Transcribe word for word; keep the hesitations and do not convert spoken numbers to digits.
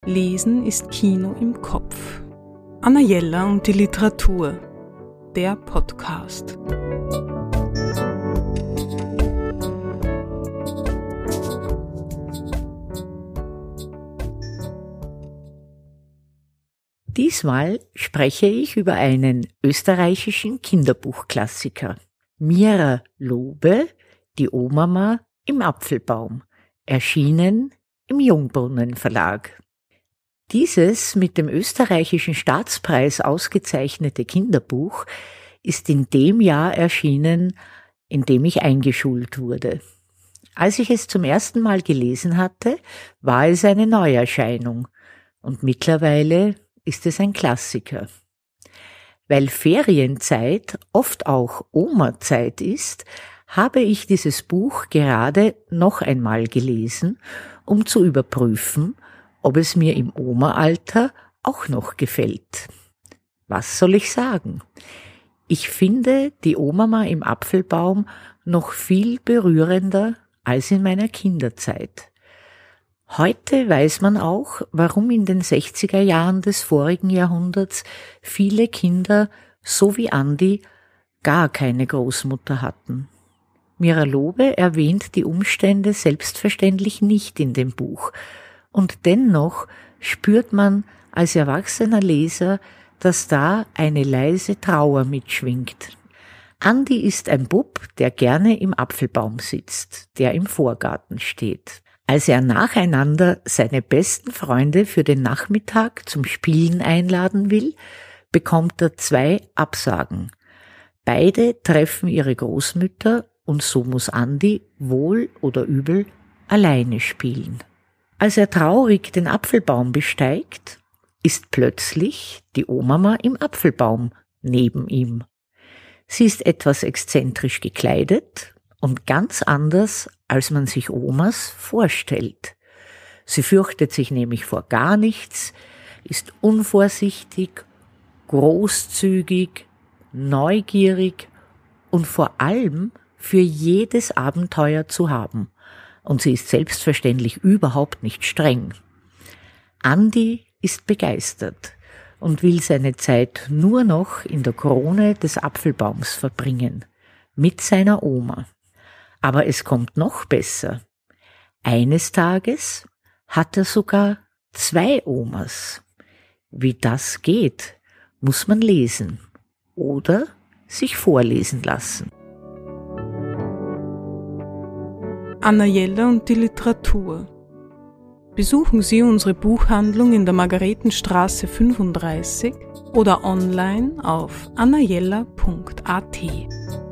Lesen ist Kino im Kopf. Anna Jeller und die Literatur. Der Podcast. Diesmal spreche ich über einen österreichischen Kinderbuchklassiker. Mira Lobe, die O-Mama im Apfelbaum, erschienen im Jungbrunnen Verlag. Dieses mit dem österreichischen Staatspreis ausgezeichnete Kinderbuch ist in dem Jahr erschienen, in dem ich eingeschult wurde. Als ich es zum ersten Mal gelesen hatte, war es eine Neuerscheinung und mittlerweile ist es ein Klassiker. Weil Ferienzeit oft auch Oma-Zeit ist, habe ich dieses Buch gerade noch einmal gelesen, um zu überprüfen, ob es mir im Oma-Alter auch noch gefällt. Was soll ich sagen? Ich finde die O-Mama im Apfelbaum noch viel berührender als in meiner Kinderzeit. Heute weiß man auch, warum in den sechziger Jahren des vorigen Jahrhunderts viele Kinder, so wie Andi, gar keine Großmutter hatten. Mira Lobe erwähnt die Umstände selbstverständlich nicht in dem Buch, und dennoch spürt man als erwachsener Leser, dass da eine leise Trauer mitschwingt. Andi ist ein Bub, der gerne im Apfelbaum sitzt, der im Vorgarten steht. Als er nacheinander seine besten Freunde für den Nachmittag zum Spielen einladen will, bekommt er zwei Absagen. Beide treffen ihre Großmütter und so muss Andi, wohl oder übel, alleine spielen. Als er traurig den Apfelbaum besteigt, ist plötzlich die O-Mama im Apfelbaum neben ihm. Sie ist etwas exzentrisch gekleidet und ganz anders, als man sich Omas vorstellt. Sie fürchtet sich nämlich vor gar nichts, ist unvorsichtig, großzügig, neugierig und vor allem für jedes Abenteuer zu haben. Und sie ist selbstverständlich überhaupt nicht streng. Andi ist begeistert und will seine Zeit nur noch in der Krone des Apfelbaums verbringen, mit seiner Oma. Aber es kommt noch besser. Eines Tages hat er sogar zwei Omas. Wie das geht, muss man lesen oder sich vorlesen lassen. Anna Jeller und die Literatur. Besuchen Sie unsere Buchhandlung in der Margaretenstraße fünfunddreißig oder online auf annajeller punkt at.